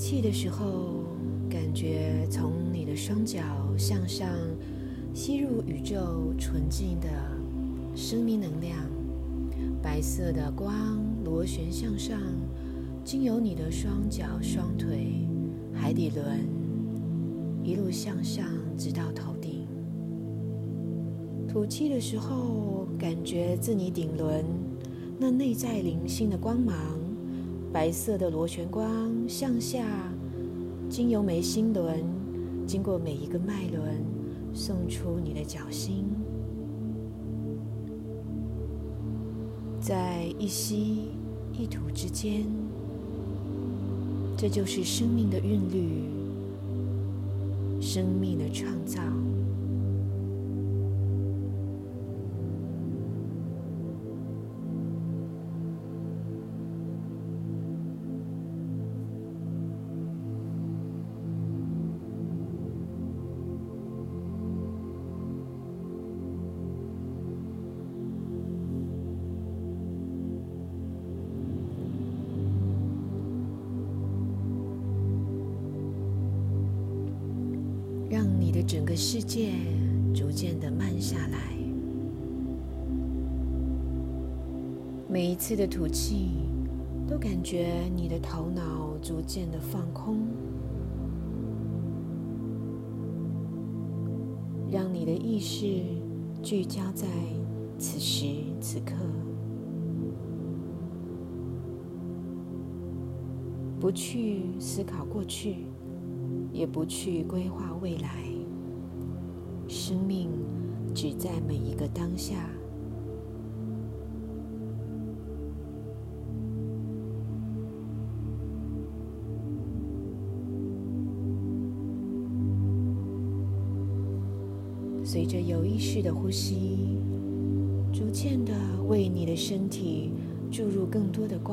气的时候，感觉从你的双脚向上吸入宇宙纯净的生命能量，白色的光螺旋向上，经由你的双脚、双腿、海底轮，一路向上，直到头顶。吐气的时候，感觉自你顶轮那内在灵性的光芒，白色的螺旋光向下，经由眉心轮，经过每一个脉轮，送出你的脚心。在一吸一吐之间，这就是生命的韵律，生命的创造。让你的整个世界逐渐的慢下来，每一次的吐气都感觉你的头脑逐渐的放空，让你的意识聚焦在此时此刻，不去思考过去，也不去规划未来，生命只在每一个当下。随着有意识的呼吸，逐渐的为你的身体注入更多的光。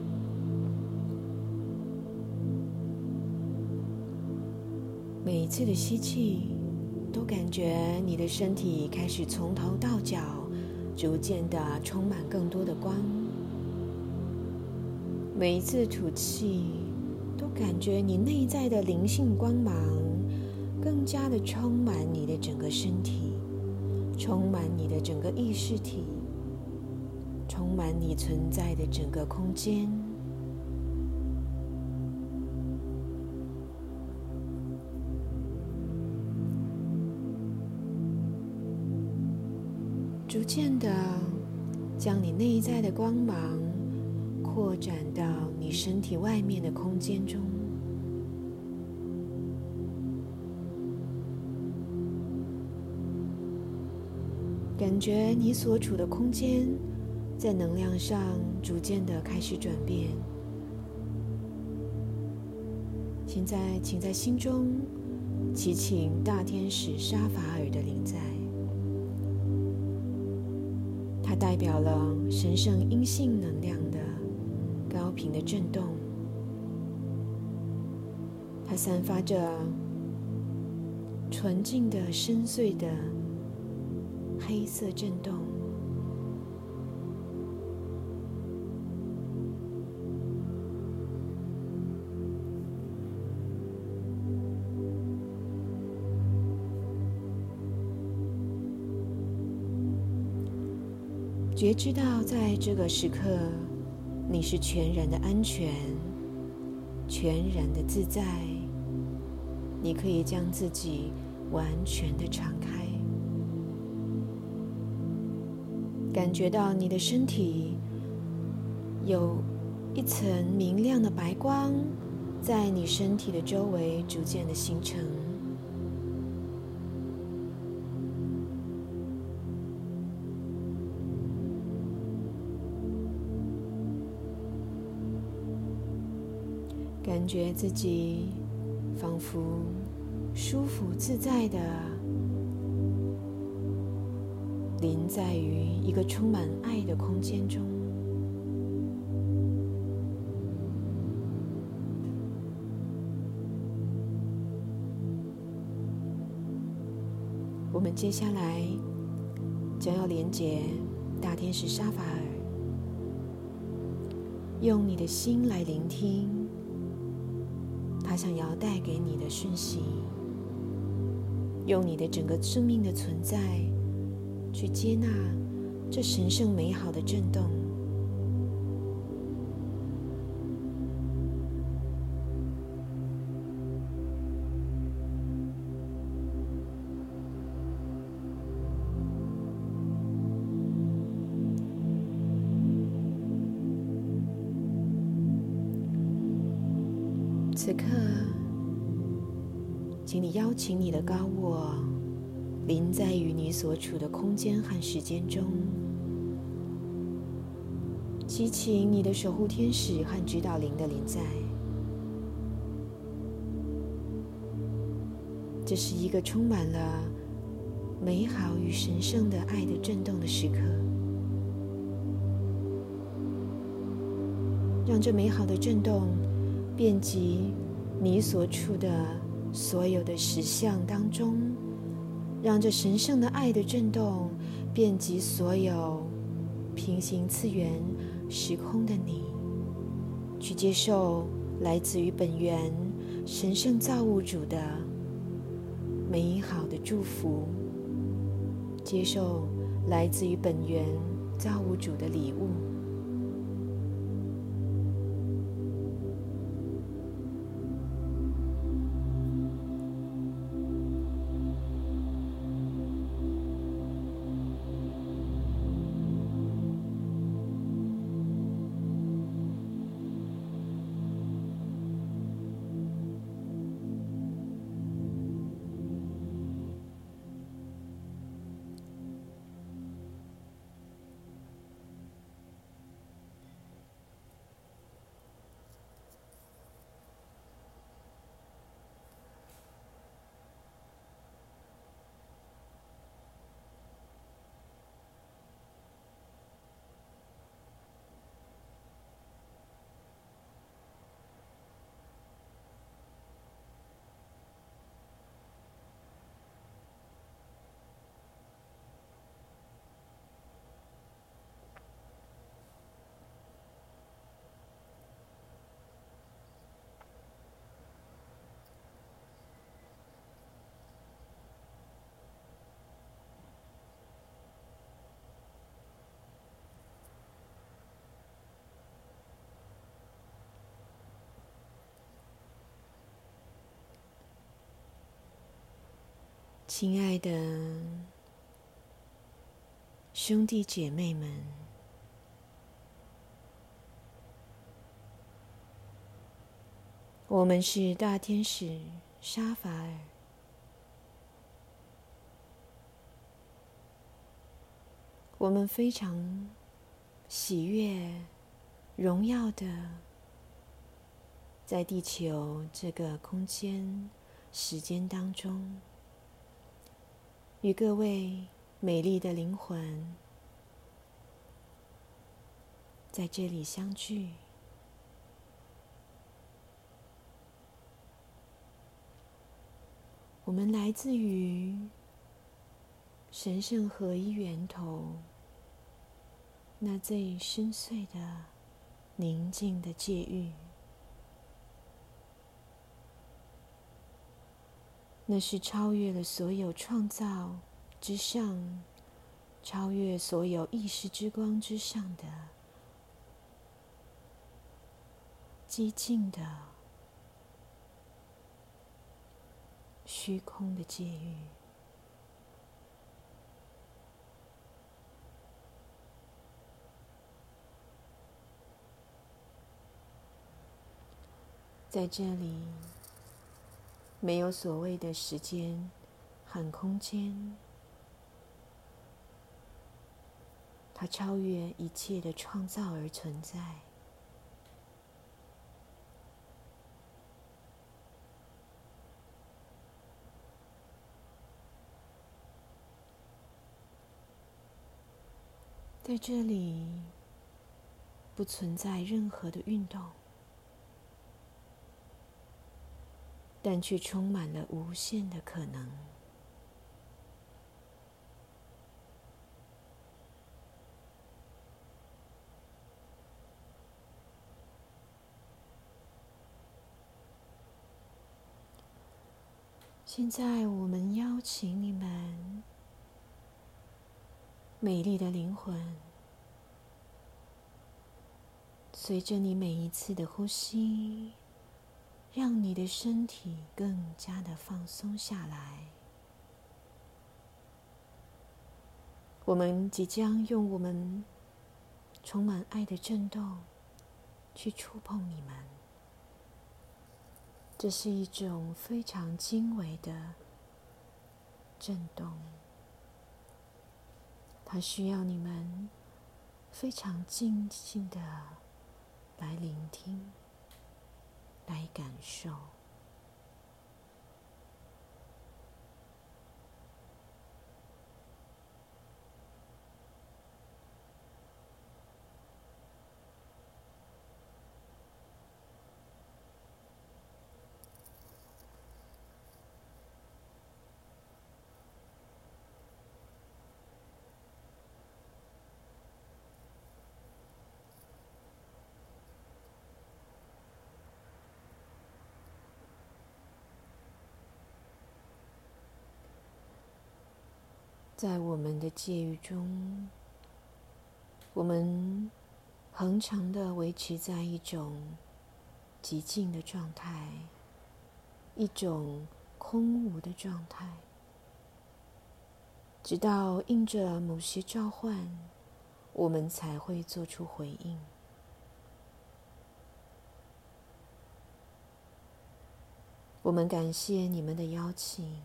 每一次的吸气，都感觉你的身体开始从头到脚逐渐的充满更多的光。每一次吐气，都感觉你内在的灵性光芒更加的充满你的整个身体，充满你的整个意识体，充满你存在的整个空间。逐渐的将你内在的光芒扩展到你身体外面的空间中，感觉你所处的空间在能量上逐渐的开始转变。现在请在心中祈请大天使沙法尔的临在，它代表了神圣阴性能量的高频的震动，它散发着纯净的深邃的黑色震动，觉知到在这个时刻你是全然的安全，全然的自在，你可以将自己完全的敞开，感觉到你的身体有一层明亮的白光在你身体的周围逐渐的形成，感觉自己仿佛舒服自在的临在于一个充满爱的空间中。我们接下来将要连接大天使沙法尔，用你的心来聆听他想要带给你的讯息，用你的整个生命的存在去接纳这神圣美好的震动。此刻，请你邀请你的高我临在于你所处的空间和时间中，祈请你的守护天使和指导灵的临在。这是一个充满了美好与神圣的爱的震动的时刻，让这美好的震动遍及你所处的所有的实相当中，让这神圣的爱的震动遍及所有平行次元时空的你，去接受来自于本源神圣造物主的美好的祝福，接受来自于本源造物主的礼物。亲爱的兄弟姐妹们，我们是大天使沙法尔。我们非常喜悦、荣耀的在地球这个空间、时间当中，与各位美丽的灵魂在这里相聚。我们来自于神圣合一源头，那最深邃的宁静的界域，那是超越了所有创造之上，超越所有意识之光之上的寂静的虚空的界域。在这里，没有所谓的时间和空间，它超越一切的创造而存在。在这里，不存在任何的运动，但却充满了无限的可能。 现在我们邀请你们，美丽的灵魂，随着你每一次的呼吸，让你的身体更加的放松下来。我们即将用我们充满爱的震动去触碰你们，这是一种非常精微的震动，它需要你们非常静静的来聆听，来感受。在我们的界域中，我们恒常地维持在一种寂静的状态，一种空无的状态，直到应着某些召唤，我们才会做出回应。我们感谢你们的邀请，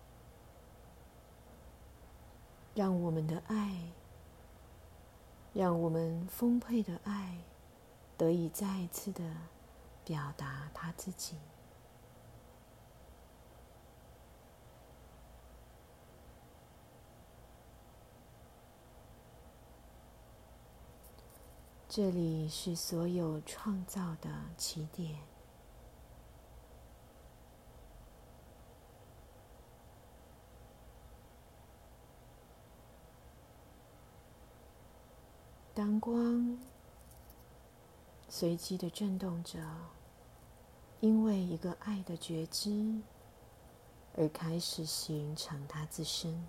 让我们的爱，让我们丰沛的爱得以再一次的表达他自己。这里是所有创造的起点。当光随机的震动着，因为一个爱的觉知而开始形成它自身，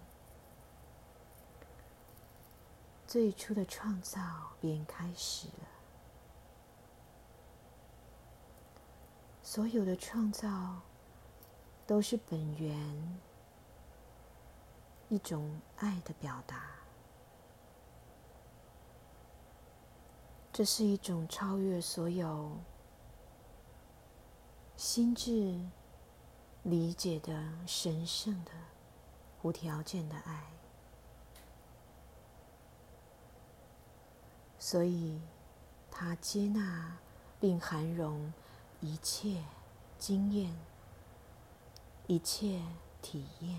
最初的创造便开始了。所有的创造都是本源一种爱的表达，这是一种超越所有心智理解的神圣的无条件的爱。所以它接纳并涵容一切经验，一切体验。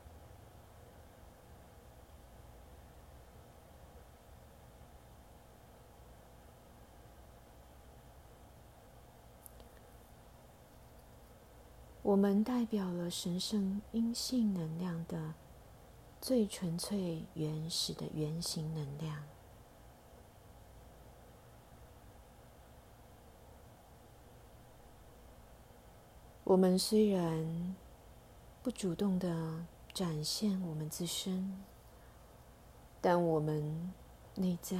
我们代表了神圣阴性能量的最纯粹原始的原型能量。我们虽然不主动地展现我们自身，但我们内在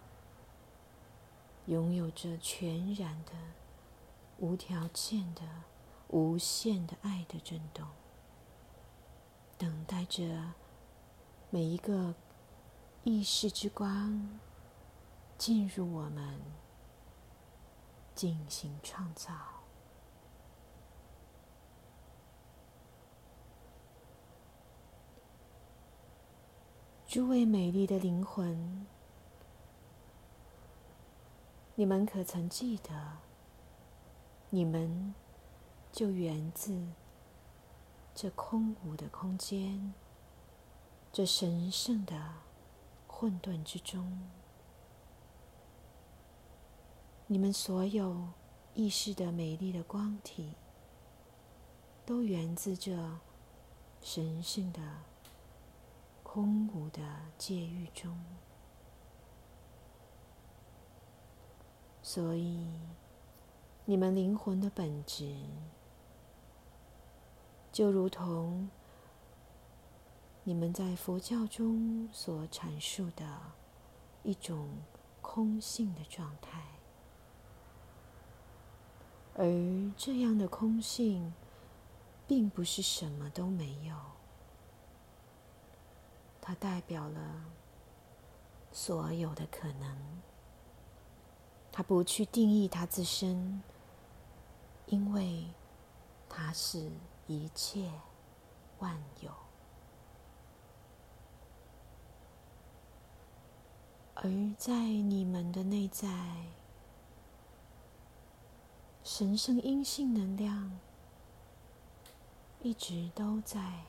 拥有着全然的、无条件的、无限的爱的震动，等待着每一个意识之光进入我们，进行创造。诸位美丽的灵魂，你们可曾记得，你们就源自这空无的空间，这神圣的混沌之中。你们所有意识的美丽的光体，都源自这神圣的空无的界域中。所以你们灵魂的本质就如同你们在佛教中所阐述的一种空性的状态。而这样的空性并不是什么都没有，它代表了所有的可能。它不去定义它自身，因为它是一切万有。而在你们的内在，神圣阴性能量一直都在，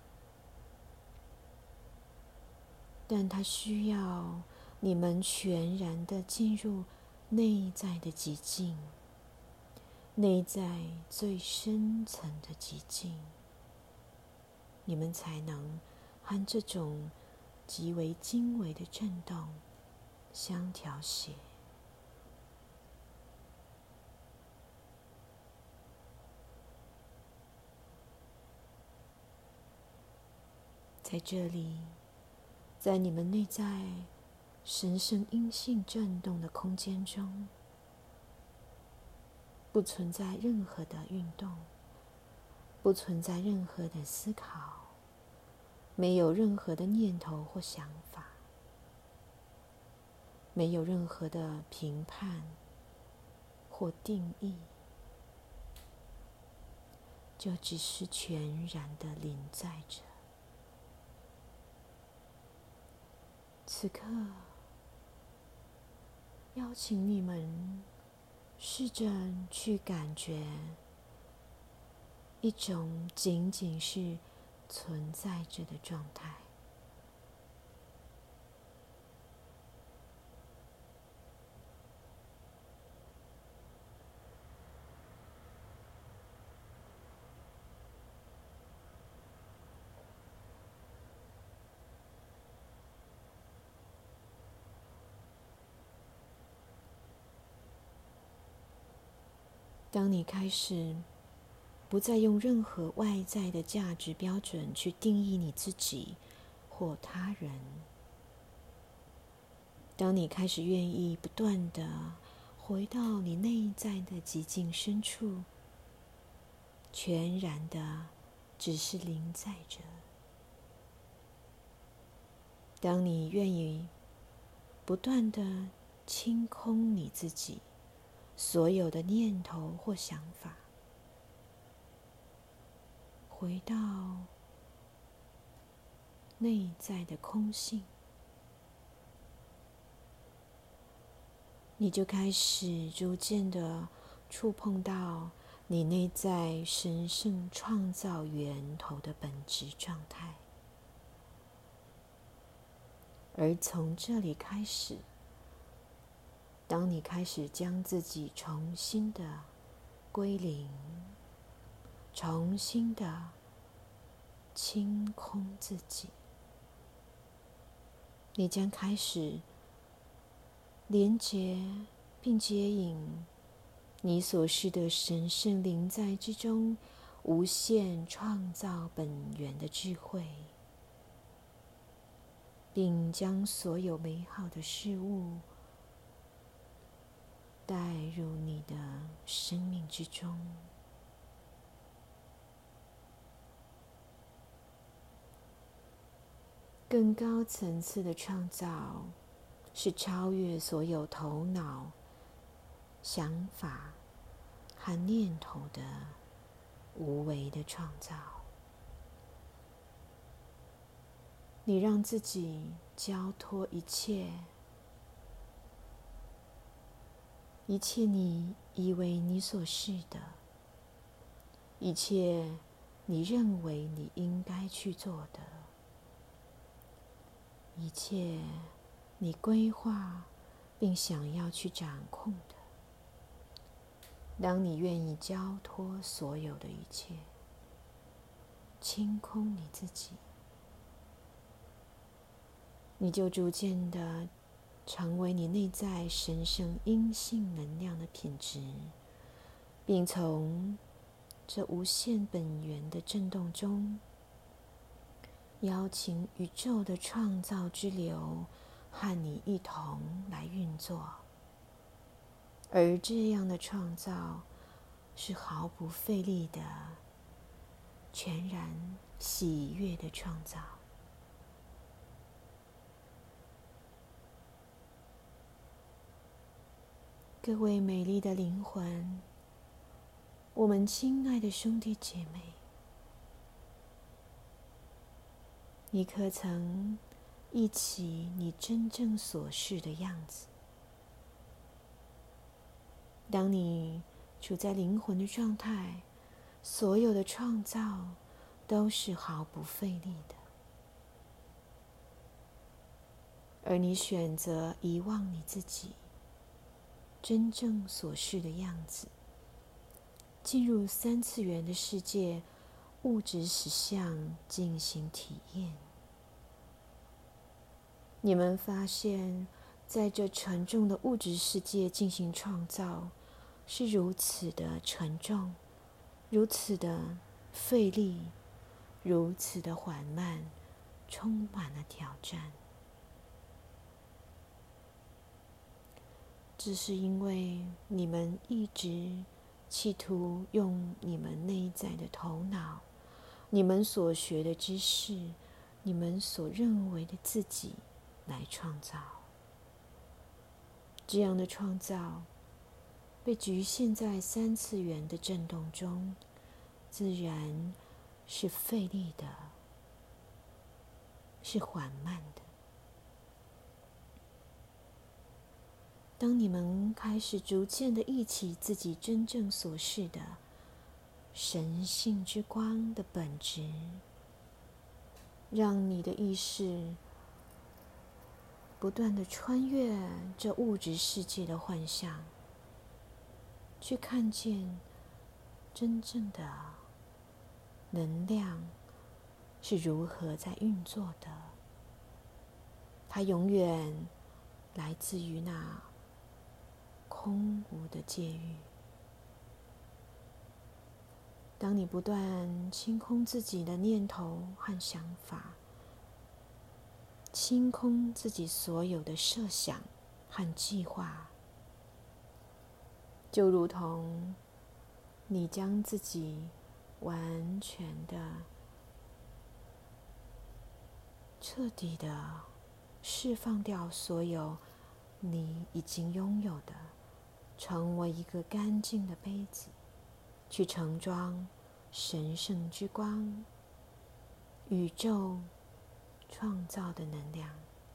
但它需要你们全然的进入内在的极境，内在最深层的极境，你们才能和这种极为精微的震动相调谐。在这里，在你们内在神圣阴性震动的空间中，不存在任何的运动，不存在任何的思考，没有任何的念头或想法，没有任何的评判或定义，就只是全然的临在着。此刻，邀请你们试着去感觉一种仅仅是存在着的状态。当你开始不再用任何外在的价值标准去定义你自己或他人，当你开始愿意不断地回到你内在的极境深处，全然的只是临在着，当你愿意不断地清空你自己所有的念头或想法，回到内在的空性，你就开始逐渐地触碰到你内在神圣创造源头的本质状态。而从这里开始，当你开始将自己重新的归零，重新的清空自己，你将开始连结并接引你所示的神圣临在之中无限创造本源的智慧，并将所有美好的事物带入你的生命之中。更高层次的创造是超越所有头脑、想法和念头的无为的创造。你让自己交托一切你以为你所是的，一切你认为你应该去做的，一切你规划并想要去掌控的。当你愿意交托所有的一切，清空你自己，你就逐渐的成为你内在神圣阴性能量的品质，并从这无限本源的震动中，邀请宇宙的创造之流和你一同来运作。而这样的创造是毫不费力的，全然喜悦的创造。各位美丽的灵魂，我们亲爱的兄弟姐妹，你可曾忆起你真正所是的样子？当你处在灵魂的状态，所有的创造都是毫不费力的。而你选择遗忘你自己真正所是的样子，进入三次元的世界物质实相进行体验。你们发现，在这沉重的物质世界进行创造是如此的沉重，如此的费力，如此的缓慢，充满了挑战。这是因为你们一直企图用你们内在的头脑，你们所学的知识，你们所认为的自己来创造。这样的创造被局限在三次元的震动中，自然是费力的，是缓慢的。当你们开始逐渐地忆起自己真正所是的神性之光的本质，让你的意识不断地穿越这物质世界的幻象，去看见真正的能量是如何在运作的。它永远来自于那空无的界域。当你不断清空自己的念头和想法，清空自己所有的设想和计划，就如同你将自己完全的、彻底的释放掉所有你已经拥有的，成为一个干净的杯子，去盛装神圣之光、宇宙创造的能量。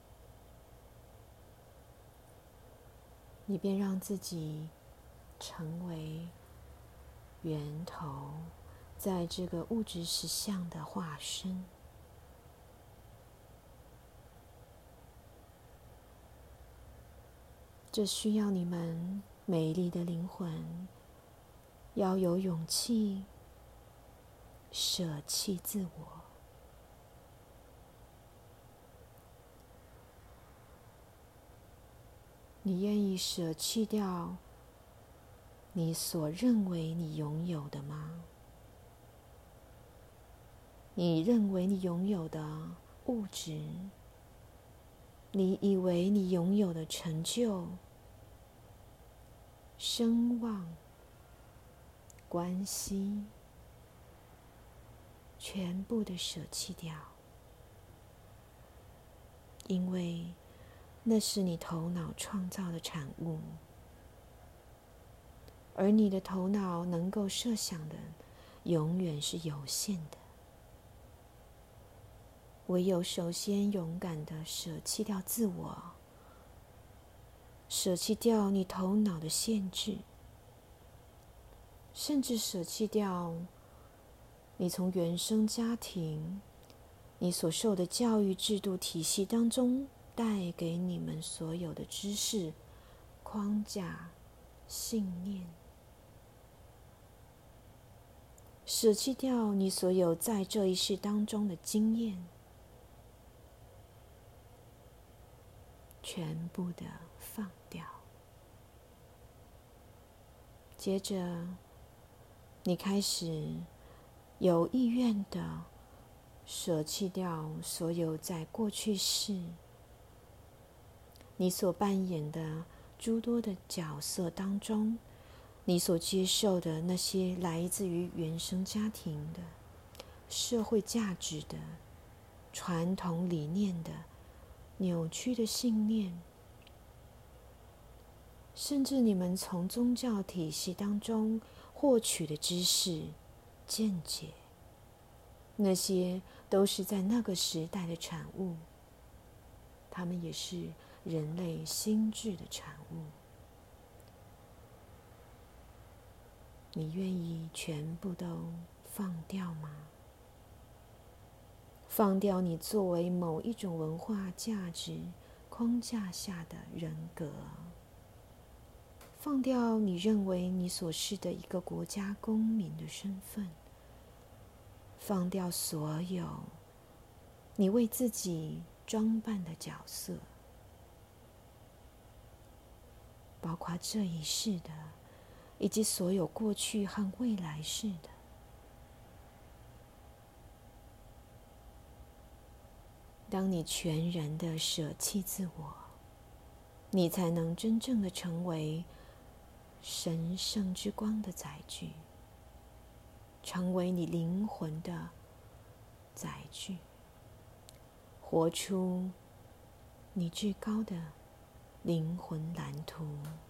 你便让自己成为源头，在这个物质实相的化身。这需要你们美丽的灵魂要有勇气舍弃自我。你愿意舍弃掉你所认为你拥有的吗？你认为你拥有的物质，你以为你拥有的成就、声望、关系，全部的舍弃掉，因为那是你头脑创造的产物，而你的头脑能够设想的永远是有限的。唯有首先勇敢地舍弃掉自我，舍弃掉你头脑的限制，甚至舍弃掉你从原生家庭、你所受的教育制度体系当中带给你们所有的知识、框架、信念，舍弃掉你所有在这一世当中的经验，全部的放掉。接着你开始有意愿的舍弃掉所有在过去世你所扮演的诸多的角色当中，你所接受的那些来自于原生家庭的、社会价值的、传统理念的、扭曲的信念，甚至你们从宗教体系当中获取的知识、见解，那些都是在那个时代的产物，它们也是人类心智的产物。你愿意全部都放掉吗？放掉你作为某一种文化价值框架下的人格，放掉你认为你所是的一个国家公民的身份，放掉所有你为自己装扮的角色，包括这一世的，以及所有过去和未来世的。当你全然的舍弃自我，你才能真正的成为神圣之光的载具，成为你灵魂的载具，活出你至高的灵魂蓝图。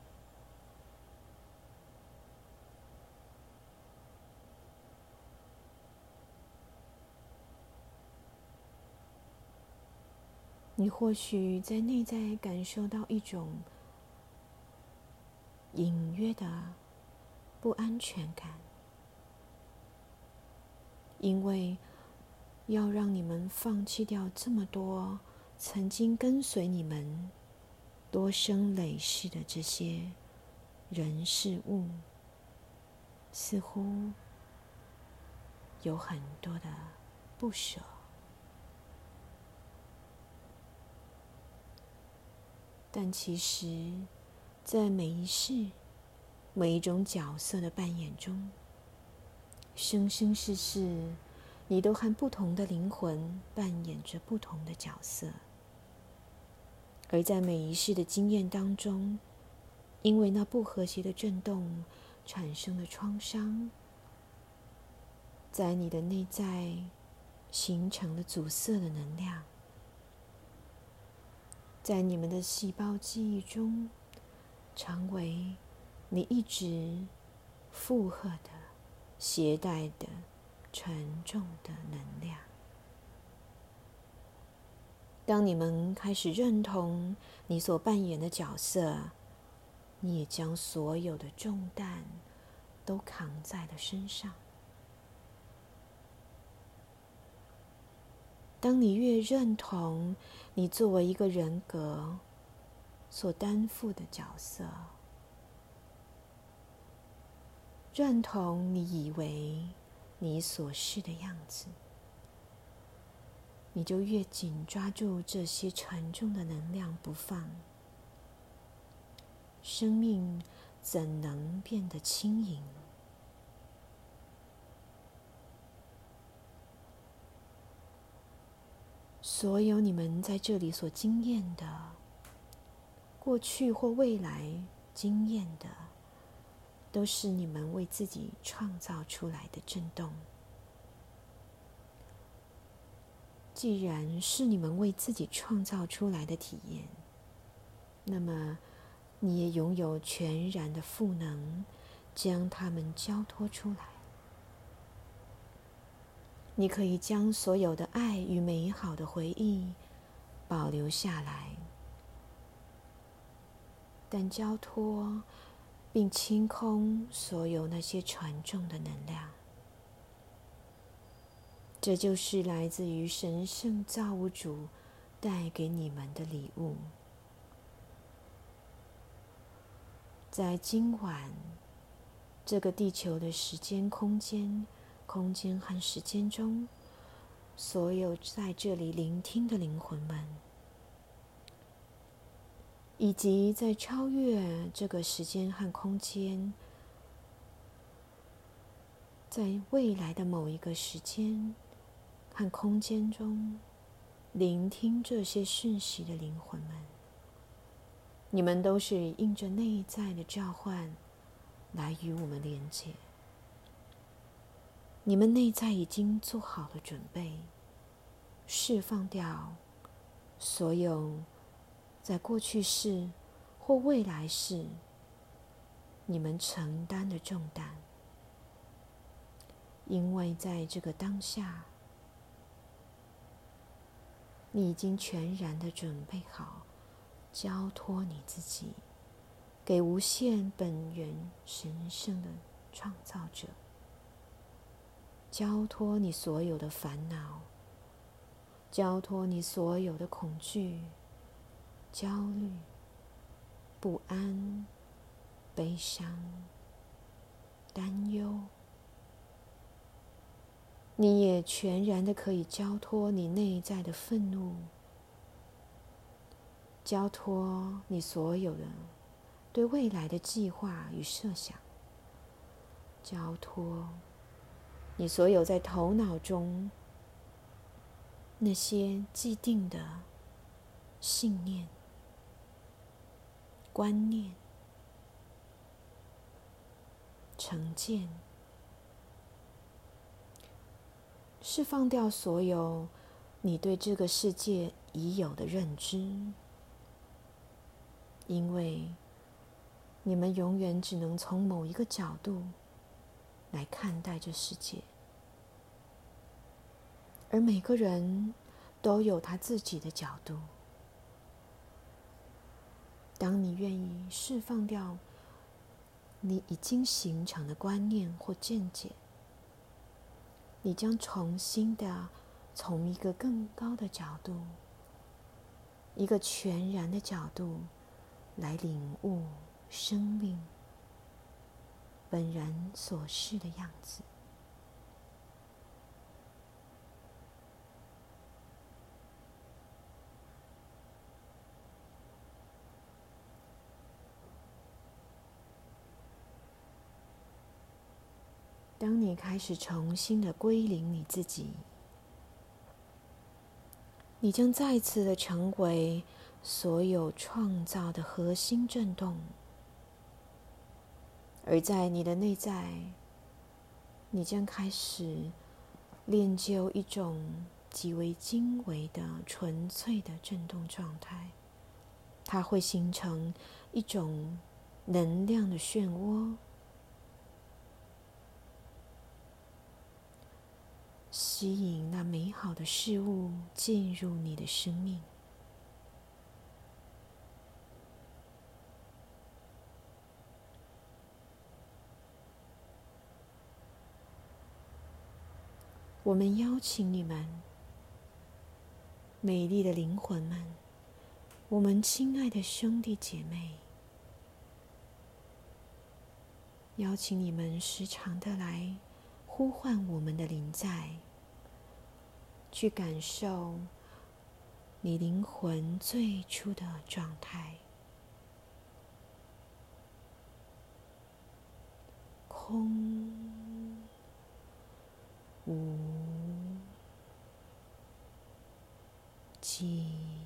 你或许在内在感受到一种隐约的不安全感，因为要让你们放弃掉这么多曾经跟随你们多生累世的这些人事物，似乎有很多的不舍。但其实在每一世每一种角色的扮演中，生生世世你都和不同的灵魂扮演着不同的角色，而在每一世的经验当中，因为那不和谐的震动产生的创伤，在你的内在形成了阻塞的能量，在你们的细胞记忆中成为你一直负荷的、携带的、沉重的能量。当你们开始认同你所扮演的角色，你也将所有的重担都扛在了身上。当你越认同你作为一个人格所担负的角色，认同你以为你所是的样子，你就越紧抓住这些沉重的能量不放，生命怎能变得轻盈？所有你们在这里所经验的，过去或未来经验的，都是你们为自己创造出来的震动。既然是你们为自己创造出来的体验，那么你也拥有全然的赋能，将它们交托出来。你可以将所有的爱与美好的回忆保留下来，但交托并清空所有那些沉重的能量。这就是来自于神圣造物主带给你们的礼物。在今晚这个地球的时间空间和时间中，所有在这里聆听的灵魂们，以及在超越这个时间和空间在未来的某一个时间和空间中，聆听这些讯息的灵魂们，你们都是印着内在的召唤来与我们连接。你们内在已经做好了准备，释放掉所有在过去世或未来世你们承担的重担，因为在这个当下，你已经全然的准备好交托你自己给无限本源神圣的创造者，交托你所有的烦恼，交托你所有的恐惧、焦虑、不安、悲伤、担忧。你也全然的可以交托你内在的愤怒，交托你所有的对未来的计划与设想，交托你所有在头脑中那些既定的信念、观念、成见，释放掉所有你对这个世界已有的认知，因为你们永远只能从某一个角度来看待这世界，而每个人都有他自己的角度。当你愿意释放掉你已经形成的观念或见解，你将重新的从一个更高的角度，一个全然的角度来领悟生命本然所是的样子。当你开始重新的归零你自己，你将再次的成为所有创造的核心振动，而在你的内在，你将开始练就一种极为精微的纯粹的振动状态，它会形成一种能量的漩涡，吸引那美好的事物进入你的生命。我们邀请你们，美丽的灵魂们，我们亲爱的兄弟姐妹，邀请你们时常的来呼唤我们的灵在，去感受你灵魂最初的状态，空无寂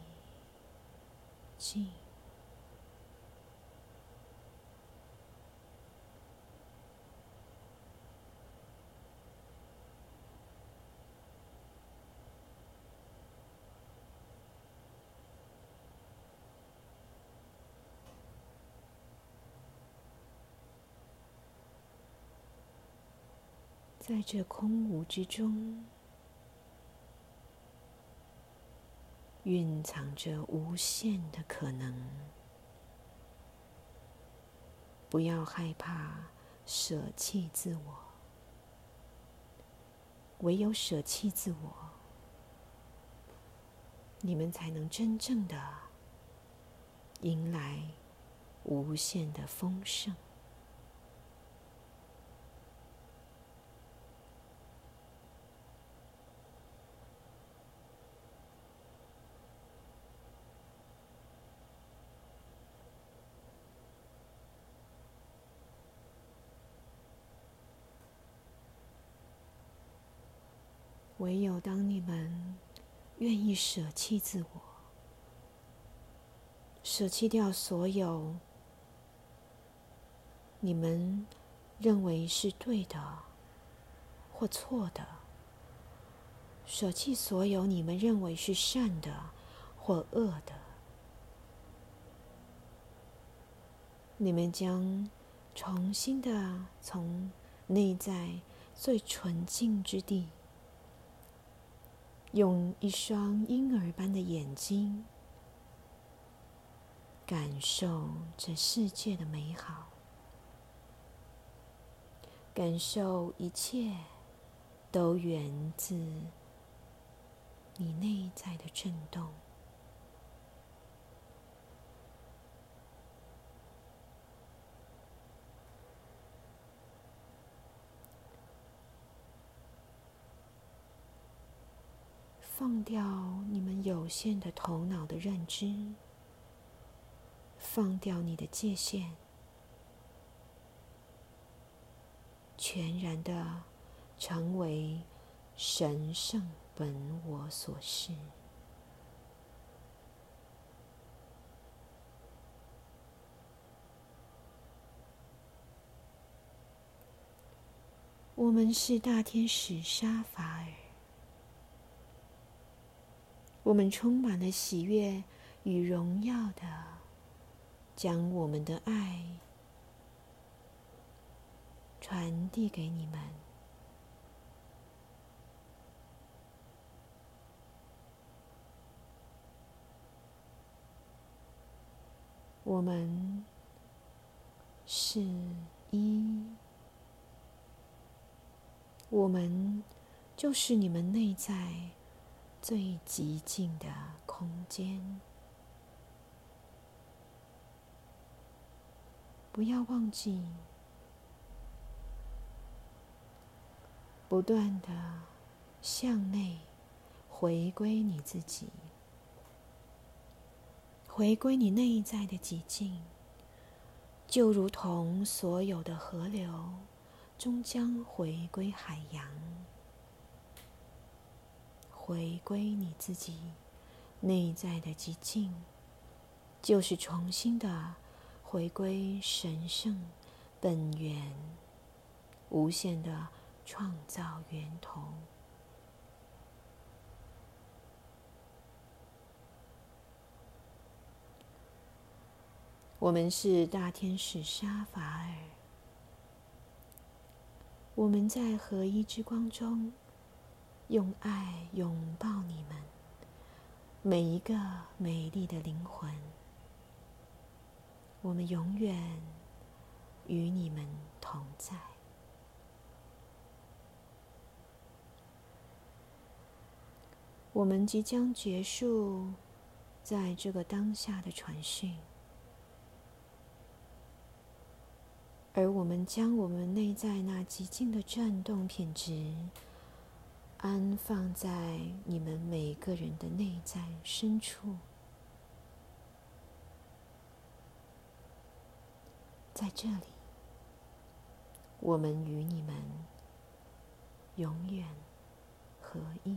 静。在这空无之中，蕴藏着无限的可能。不要害怕舍弃自我，唯有舍弃自我，你们才能真正的迎来无限的丰盛。 唯有当你们愿意舍弃自我，舍弃掉所有你们认为是对的或错的，舍弃所有你们认为是善的或恶的，你们将重新的从内在最纯净之地，用一双婴儿般的眼睛，感受这世界的美好，感受一切都源自你内在的震动。放掉你们有限的头脑的认知，放掉你的界限，全然的成为神圣本我所示。我们是大天使沙法尔，我们充满了喜悦与荣耀的将我们的爱传递给你们。我们是一，我们就是你们内在最极静的空间。不要忘记，不断的向内回归你自己，回归你内在的极静，就如同所有的河流终将回归海洋。回归你自己内在的极静，就是重新的回归神圣本源，无限的创造源头。我们是大天使沙法尔，我们在合一之光中用爱拥抱你们每一个美丽的灵魂，我们永远与你们同在。我们即将结束在这个当下的传讯，而我们将我们内在那极静的振动品质安放在你们每个人的内在深处。在这里，我们与你们永远合一。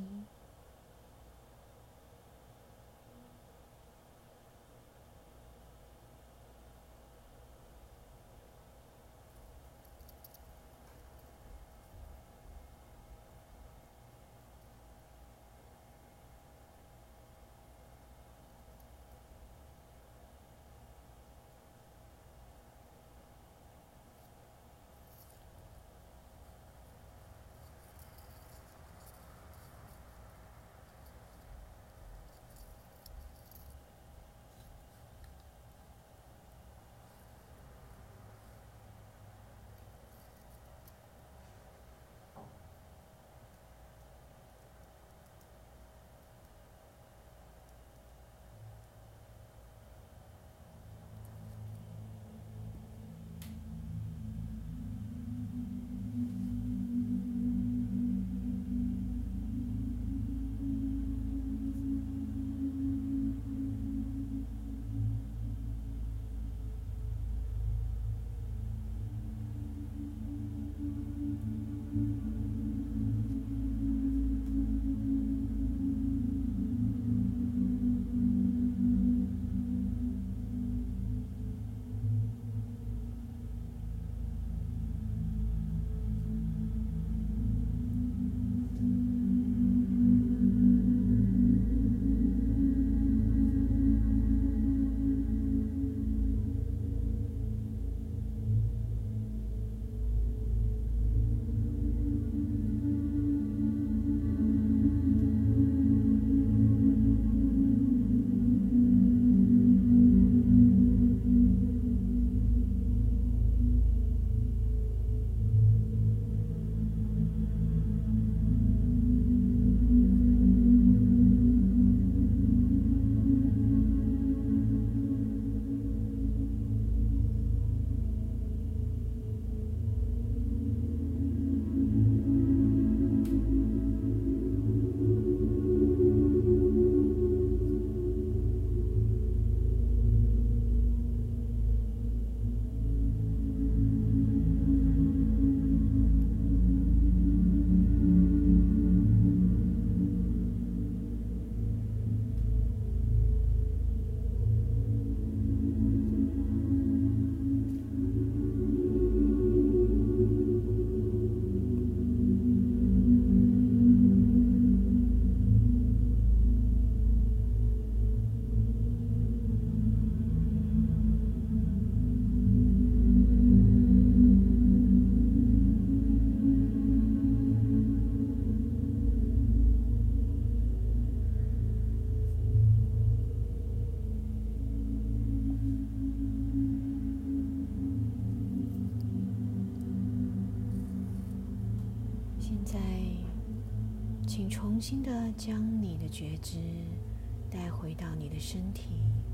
重新的将你的觉知带回到你的身体。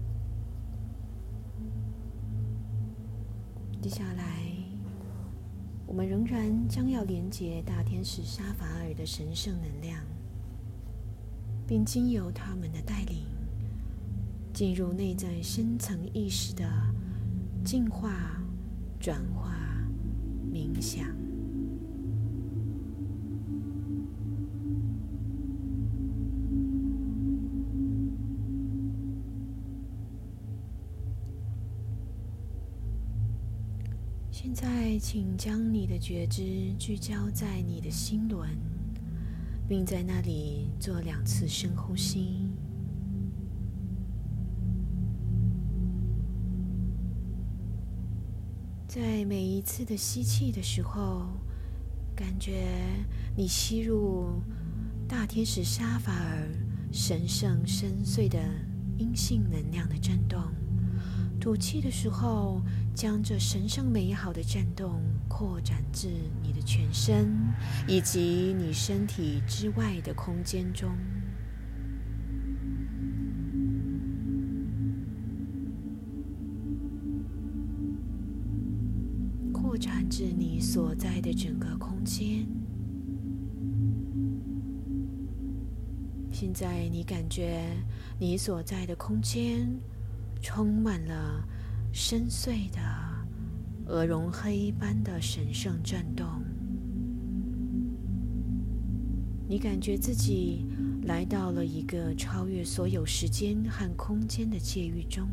接下来，我们仍然将要连接大天使沙法尔的神圣能量，并经由他们的带领，进入内在深层意识的净化、转化、冥想。现在，请将你的觉知聚焦在你的心轮，并在那里做2次深呼吸。在每一次的吸气的时候，感觉你吸入大天使沙法尔神圣深邃的阴性能量的震动。吐气的时候，将这神圣美好的震动扩展至你的全身，以及你身体之外的空间中。扩展至你所在的整个空间。现在你感觉你所在的空间充满了深邃的鹅绒黑般的神圣震动，你感觉自己来到了一个超越所有时间和空间的界域中。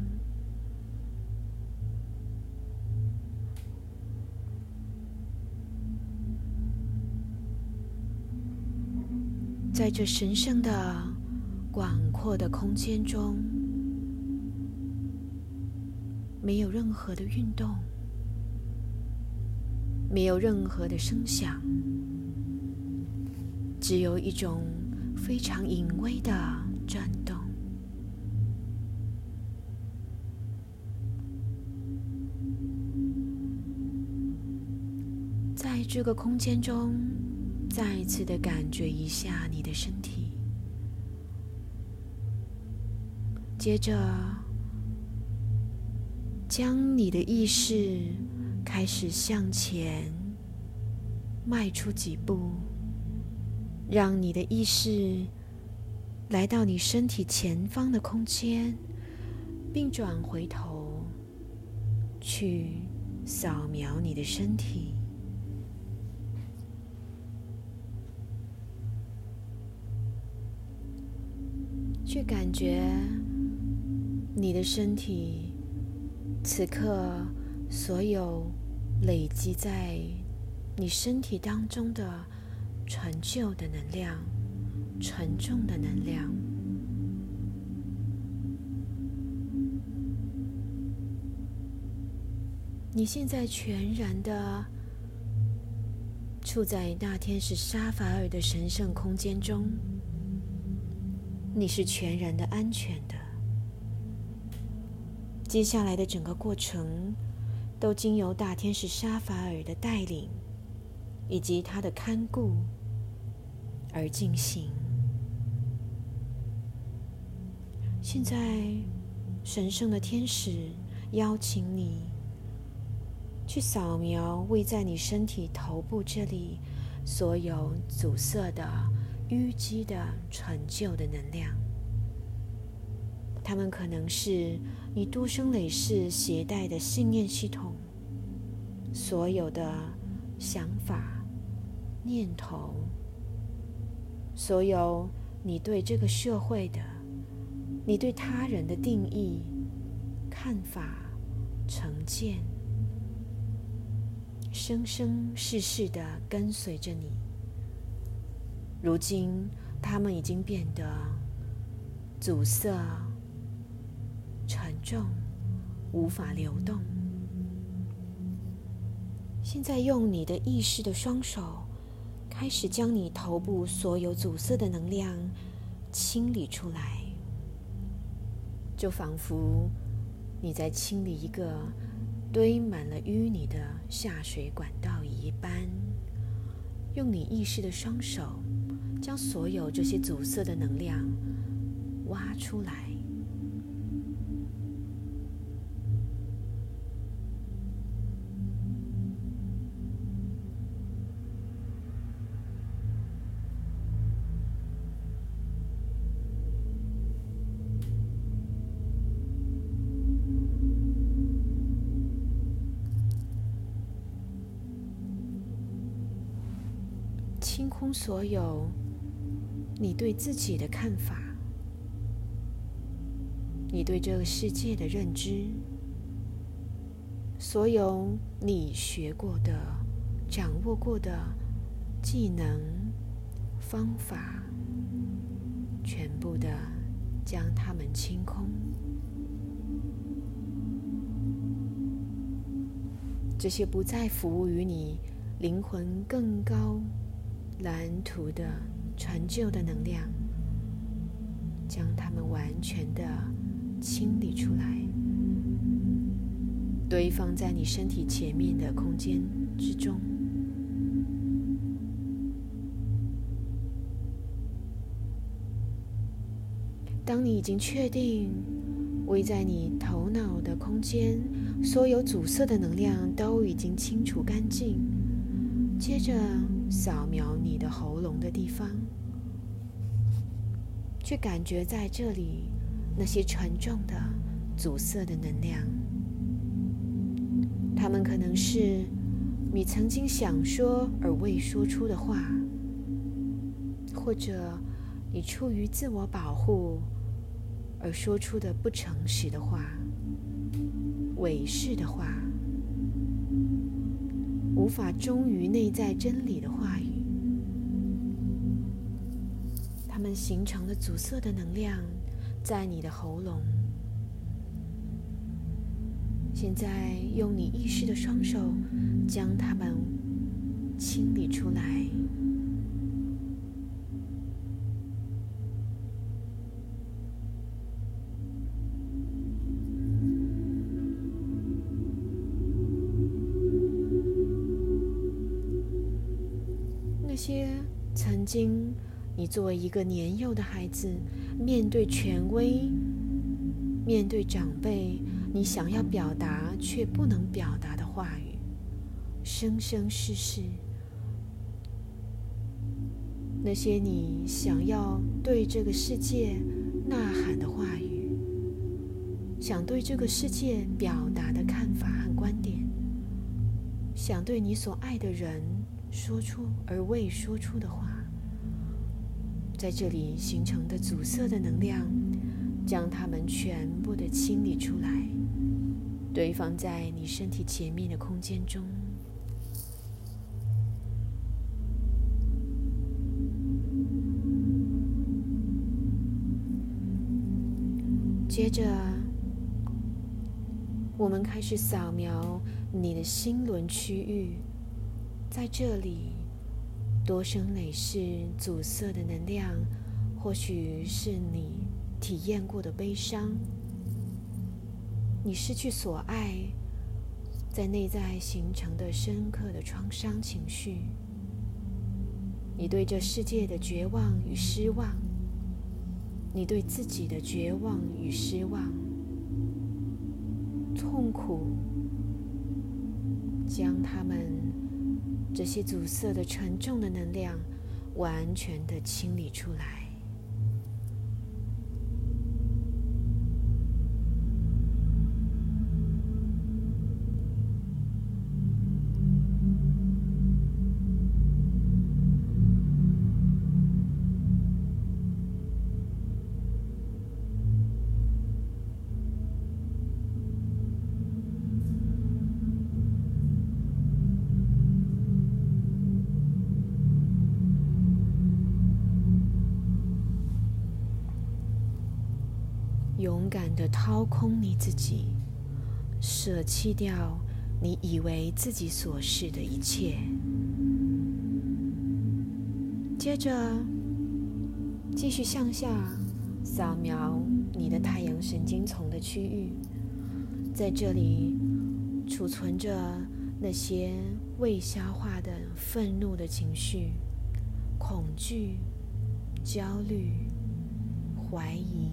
在这神圣的广阔的空间中，没有任何的运动，没有任何的声响，只有一种非常隐微的震动。在这个空间中，再一次的感觉一下你的身体，接着将你的意识开始向前迈出几步，让你的意识来到你身体前方的空间，并转回头去扫描你的身体。去感觉你的身体此刻所有累积在你身体当中的陈旧的能量、沉重的能量。你现在全然的处在大天使沙法尔的神圣空间中，你是全然的安全的。接下来的整个过程都经由大天使沙法尔的带领以及他的看顾而进行。现在神圣的天使邀请你去扫描位在你身体头部这里所有阻塞的淤积的陈旧的能量，它们可能是你多生累世携带的信念系统，所有的想法、念头，所有你对这个社会的、你对他人的定义、看法、成见，生生世世地跟随着你。如今，它们已经变得阻塞、沉重，无法流动。现在用你的意识的双手，开始将你头部所有阻塞的能量清理出来，就仿佛你在清理一个堆满了淤泥的下水管道一般。用你意识的双手将所有这些阻塞的能量挖出来。清空所有你对自己的看法，你对这个世界的认知，所有你学过的、掌握过的技能、方法，全部的将它们清空。这些不再服务于你灵魂更高蓝图的成就的能量，将它们完全的清理出来，堆放在你身体前面的空间之中。当你已经确定位在你头脑的空间所有阻塞的能量都已经清除干净，接着扫描你的喉咙的地方，去感觉在这里那些沉重的阻塞的能量。它们可能是你曾经想说而未说出的话，或者你出于自我保护而说出的不诚实的话、伪饰的话，无法忠于内在真理的话语，它们形成了阻塞的能量在你的喉咙。现在用你意识的双手将它们清理出来。那些曾经你作为一个年幼的孩子，面对权威、面对长辈，你想要表达却不能表达的话语，生生世世，那些你想要对这个世界呐喊的话语，想对这个世界表达的看法和观点，想对你所爱的人说出而未说出的话，在这里形成的阻塞的能量，将它们全部的清理出来，堆放在你身体前面的空间中。接着，我们开始扫描你的心轮区域，在这里多生累世阻塞的能量，或许是你体验过的悲伤，你失去所爱，在内在形成的深刻的创伤情绪，你对这世界的绝望与失望，你对自己的绝望与失望，痛苦，将它们这些阻塞的沉重的能量完全的清理出来。勇敢地掏空你自己，舍弃掉你以为自己所是的一切。接着继续向下扫描你的太阳神经丛的区域，在这里储存着那些未消化的愤怒的情绪、恐惧、 焦虑、怀疑，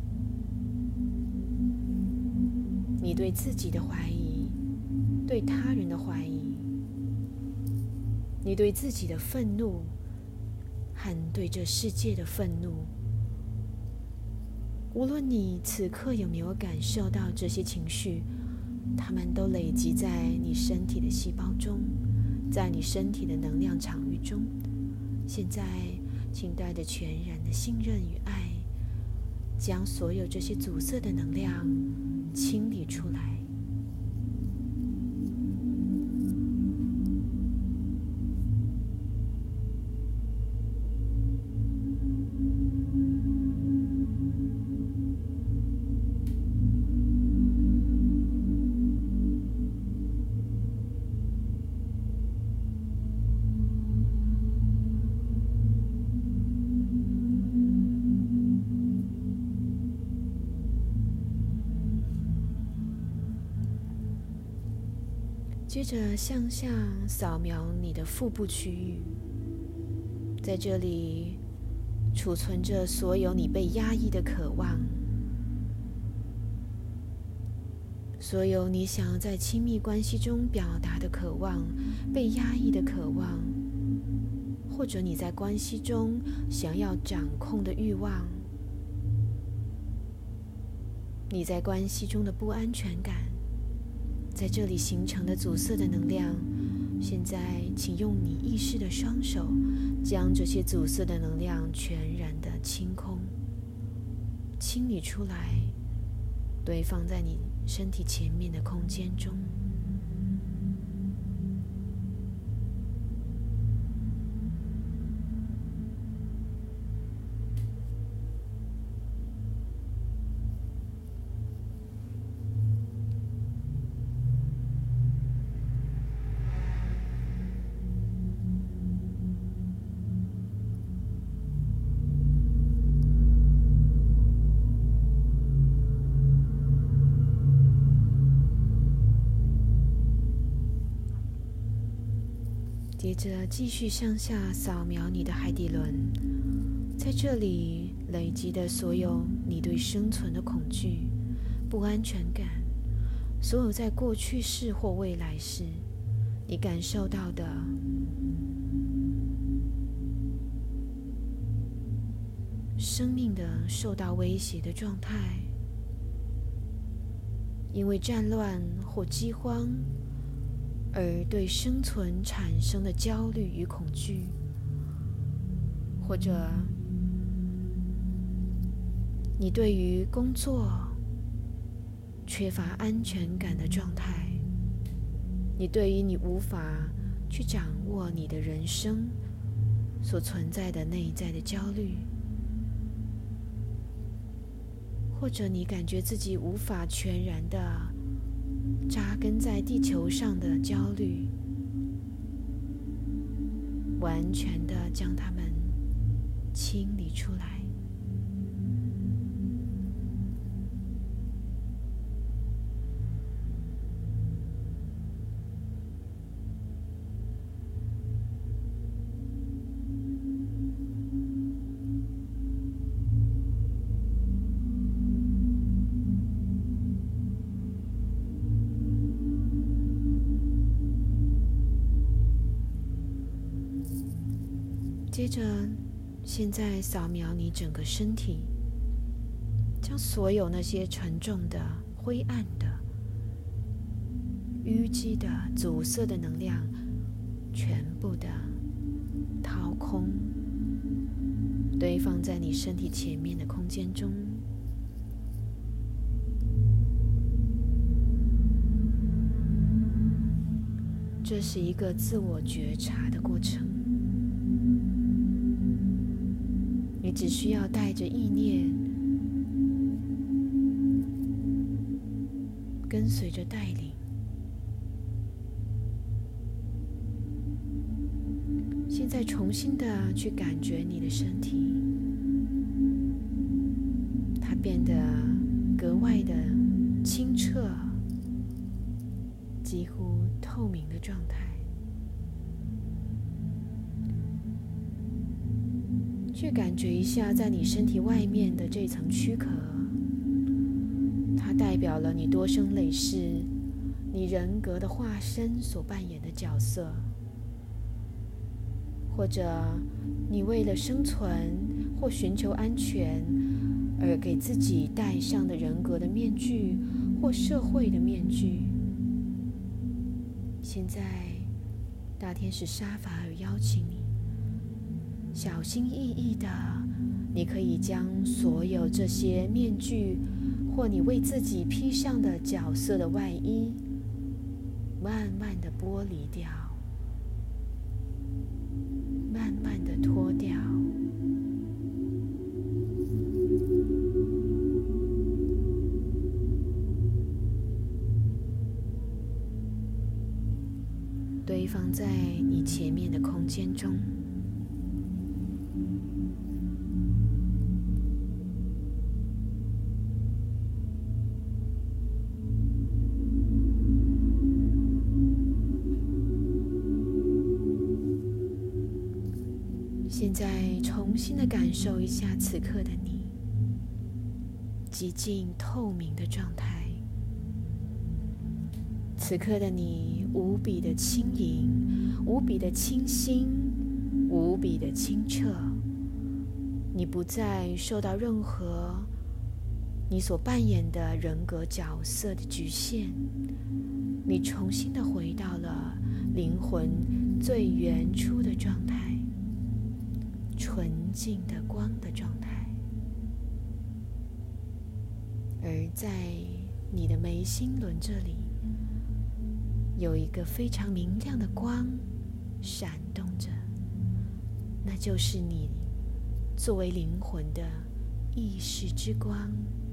你对自己的怀疑，对他人的怀疑，你对自己的愤怒和对这世界的愤怒。无论你此刻有没有感受到这些情绪，它们都累积在你身体的细胞中，在你身体的能量场域中。现在请带着全然的信任与爱，将所有这些阻塞的能量清理出来。接着向下扫描你的腹部区域，在这里储存着所有你被压抑的渴望，所有你想要在亲密关系中表达的渴望，被压抑的渴望，或者你在关系中想要掌控的欲望，你在关系中的不安全感，在这里形成的阻塞的能量，现在请用你意识的双手将这些阻塞的能量全然的清空，清理出来，堆放在你身体前面的空间中。接着继续向下扫描你的海底轮，在这里累积的所有你对生存的恐惧、不安全感，所有在过去式或未来式你感受到的生命的受到威胁的状态，因为战乱或饥荒而对生存产生的焦虑与恐惧，或者你对于工作缺乏安全感的状态，你对于你无法去掌握你的人生所存在的内在的焦虑，或者你感觉自己无法全然的扎根在地球上的焦虑，完全的将它们清理出来。接着，现在扫描你整个身体，将所有那些沉重的、灰暗的、淤积的、阻塞的能量，全部的掏空，堆放在你身体前面的空间中。这是一个自我觉察的过程。你只需要带着意念，跟随着带领，现在重新的去感觉你的身体，它变得格外的清澈，几乎透明的状态。 去感觉一下在你身体外面的这层躯壳，它代表了你多生累世你人格的化身所扮演的角色，或者你为了生存或寻求安全而给自己戴上的人格的面具或社会的面具。现在大天使沙法尔邀请你小心翼翼的，你可以将所有这些面具或你为自己披上的角色的外衣慢慢的剥离掉，慢慢的脱掉。堆放在你前面的空间中，现在重新的感受一下此刻的你，极尽透明的状态。此刻的你无比的轻盈，无比的清新，无比的清澈。你不再受到任何你所扮演的人格角色的局限，你重新的回到了灵魂最原初的状态，纯净的光的状态。而在你的眉心轮这里有一个非常明亮的光闪动着，那就是你作为灵魂的意识之光。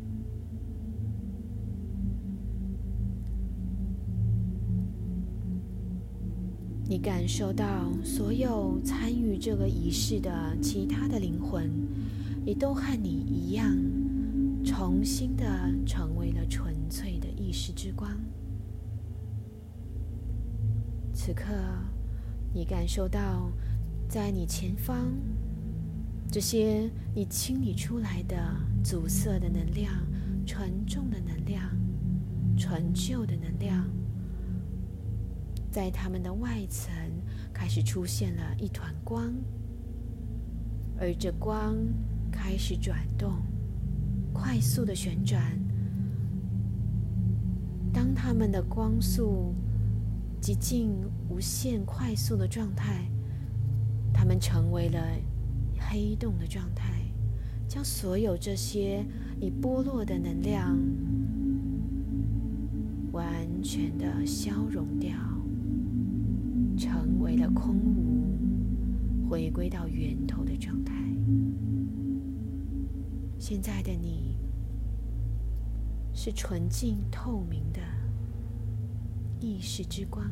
你感受到所有参与这个仪式的其他的灵魂也都和你一样，重新的成为了纯粹的意识之光。此刻你感受到在你前方这些你清理出来的阻塞的能量、沉重的能量、陈旧的能量，在它们的外层开始出现了一团光，而这光开始转动，快速的旋转。当它们的光速极近无限快速的状态，它们成为了黑洞的状态，将所有这些已剥落的能量完全的消融掉，成为了空无，回归到源头的状态。现在的你是纯净透明的意识之光。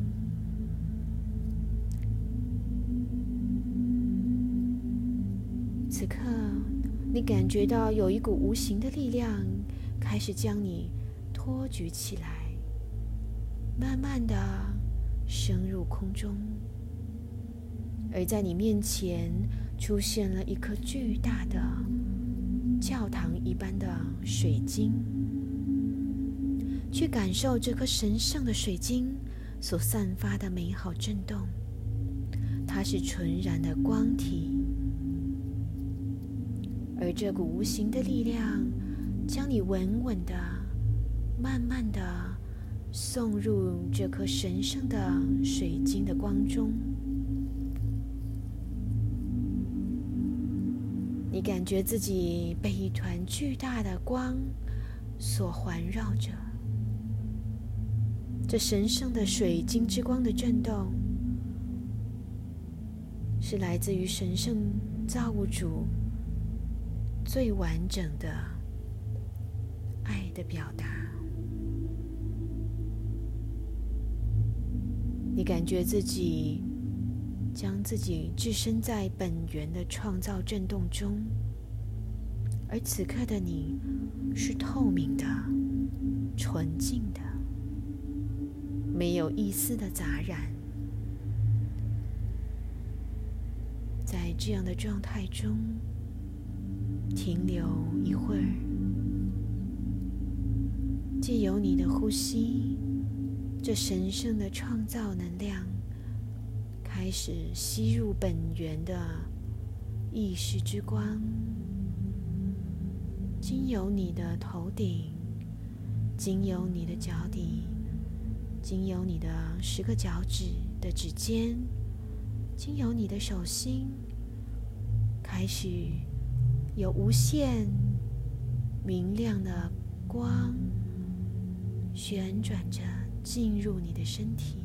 此刻你感觉到有一股无形的力量开始将你托举起来，慢慢的升入空中，而在你面前出现了一颗巨大的教堂一般的水晶。去感受这颗神圣的水晶所散发的美好震动，它是纯然的光体，而这股无形的力量将你稳稳的、慢慢的送入这颗神圣的水晶的光中。你感觉自己被一团巨大的光所环绕着，这神圣的水晶之光的震动是来自于神圣造物主最完整的爱的表达。你感觉自己将自己置身在本源的创造震动中，而此刻的你是透明的、纯净的，没有一丝的杂染。在这样的状态中， 停留一会儿，借由你的呼吸，这神圣的创造能量开始吸入本源的意识之光，经由你的头顶，经由你的脚底，经由你的10个脚趾的指尖，经由你的手心，开始有无限明亮的光旋转着进入你的身体。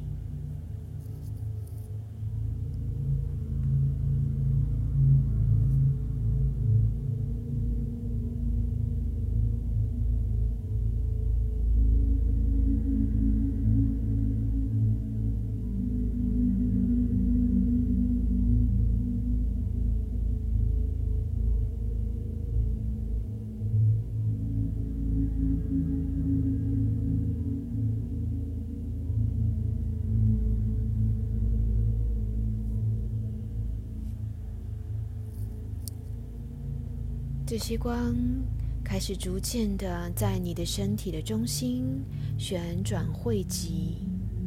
这些光开始逐渐的在你的身体的中心旋转汇集，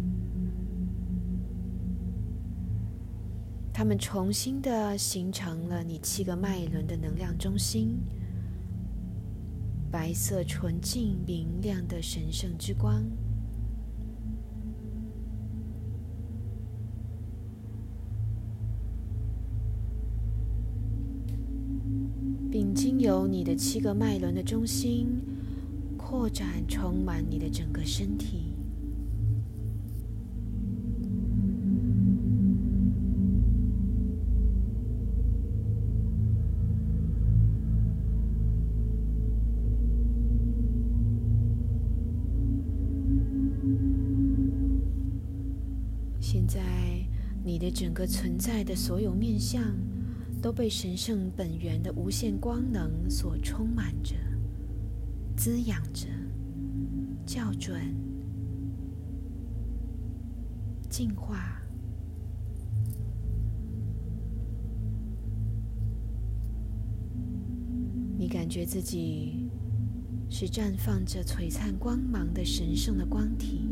它们重新的形成了你7个脉轮的能量中心，白色纯净明亮的神圣之光，并经由你的7个脉轮的中心扩展，充满你的整个身体。现在，你的整个存在的所有面向都被神圣本源的无限光能所充满着、滋养着、校准、净化。你感觉自己是绽放着璀璨光芒的神圣的光体，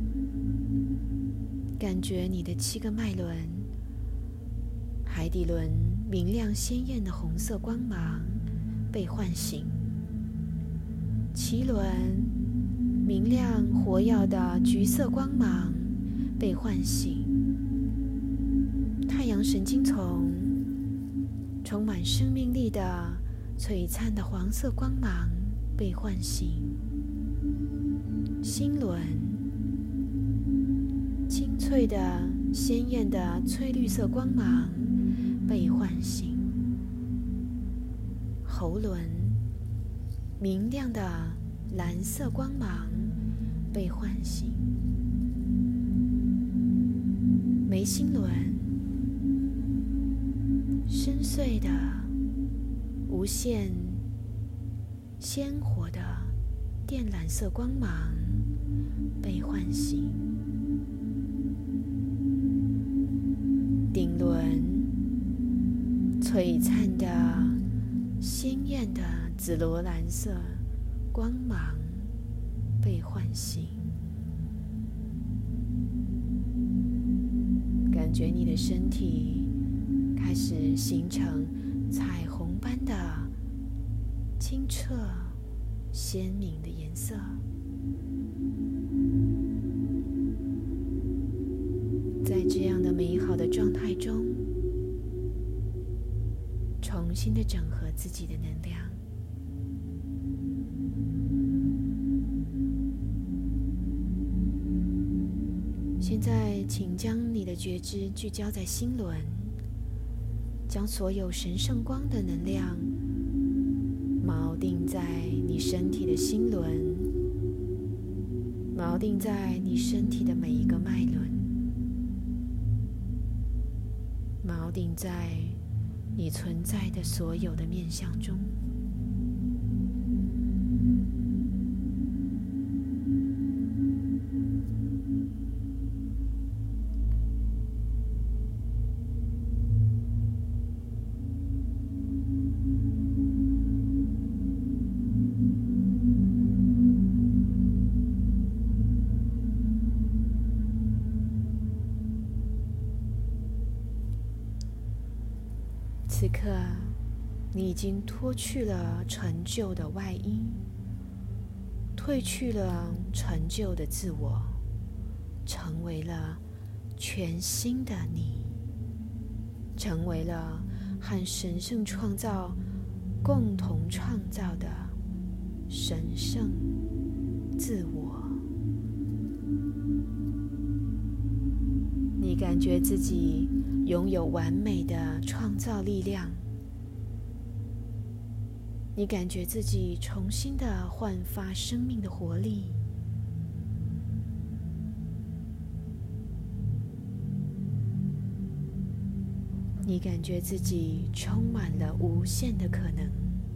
感觉你的7个脉轮，海底轮明亮鲜艳的红色光芒被唤醒，脐轮明亮活耀的橘色光芒被唤醒，太阳神经丛充满生命力的璀璨的黄色光芒被唤醒，心轮清脆的鲜艳的翠绿色光芒被唤醒，喉轮明亮的蓝色光芒被唤醒，眉心轮深邃的无限鲜活的靛蓝色光芒被唤醒，顶轮璀璨的鲜艳的紫罗兰色光芒被唤醒，感觉你的身体开始形成彩虹般的清澈鲜明的颜色。在这样的美好的状态中，重新的整合自己的能量。现在请将你的觉知聚焦在心轮，将所有神圣光的能量锚定在你身体的心轮，锚定在你身体的每一个脉轮，锚定在你存在的所有的面向中。 此刻，你已经脱去了陈旧的外衣，褪去了陈旧的自我，成为了全新的你，成为了和神圣创造共同创造的神圣自我。你感觉自己拥有完美的创造力量，你感觉自己重新的焕发生命的活力，你感觉自己充满了无限的可能。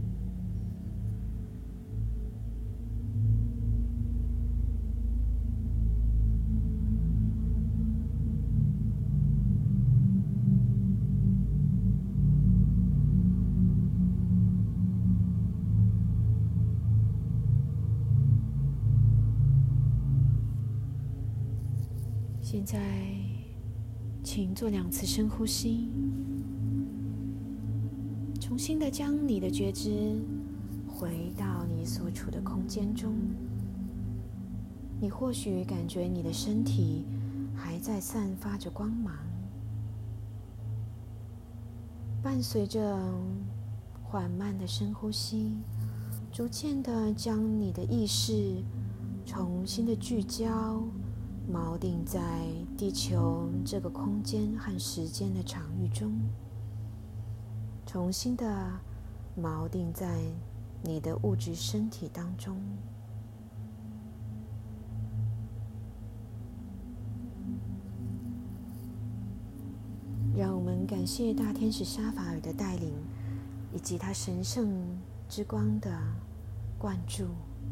现在，请做2次深呼吸，重新的将你的觉知回到你所处的空间中。你或许感觉你的身体还在散发着光芒，伴随着缓慢的深呼吸，逐渐的将你的意识重新的聚焦，锚定在地球这个空间和时间的场域中，重新的锚定在你的物质身体当中。让我们感谢大天使沙法尔的带领，以及他神圣之光的灌注。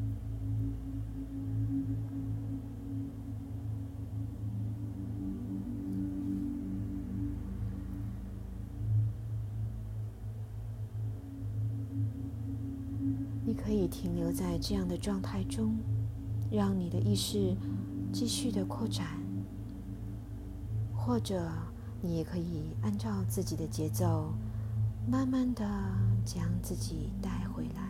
你可以停留在这样的状态中，让你的意识继续的扩展，或者你也可以按照自己的节奏，慢慢的将自己带回来。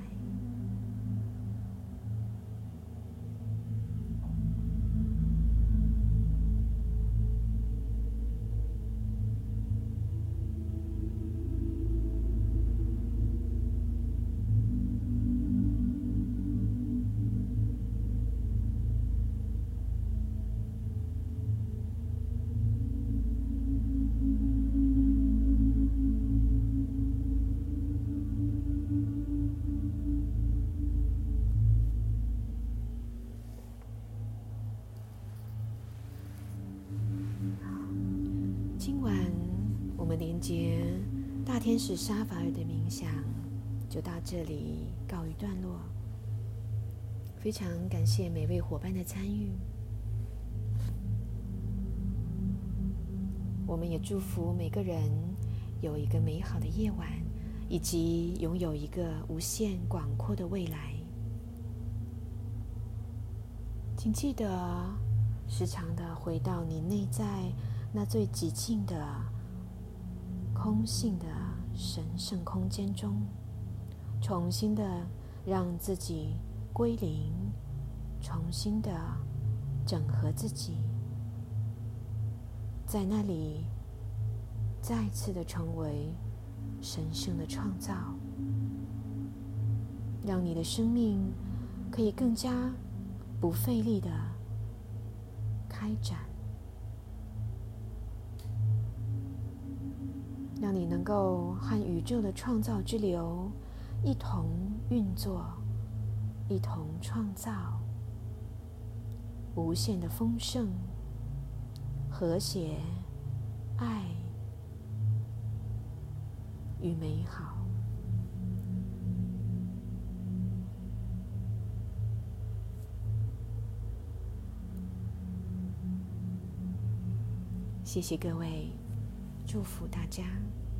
今晚我们连接大天使沙法尔的冥想就到这里告一段落。非常感谢每位伙伴的参与，我们也祝福每个人有一个美好的夜晚，以及拥有一个无限广阔的未来。请记得时常的回到你内在那最寂静的空性的神圣空间中，重新的让自己归零，重新的整合自己，在那里再次的成为神圣的创造，让你的生命可以更加不费力的开展，让你能够和宇宙的创造之流一同运作，一同创造无限的丰盛、和谐、爱与美好。谢谢各位，祝福大家。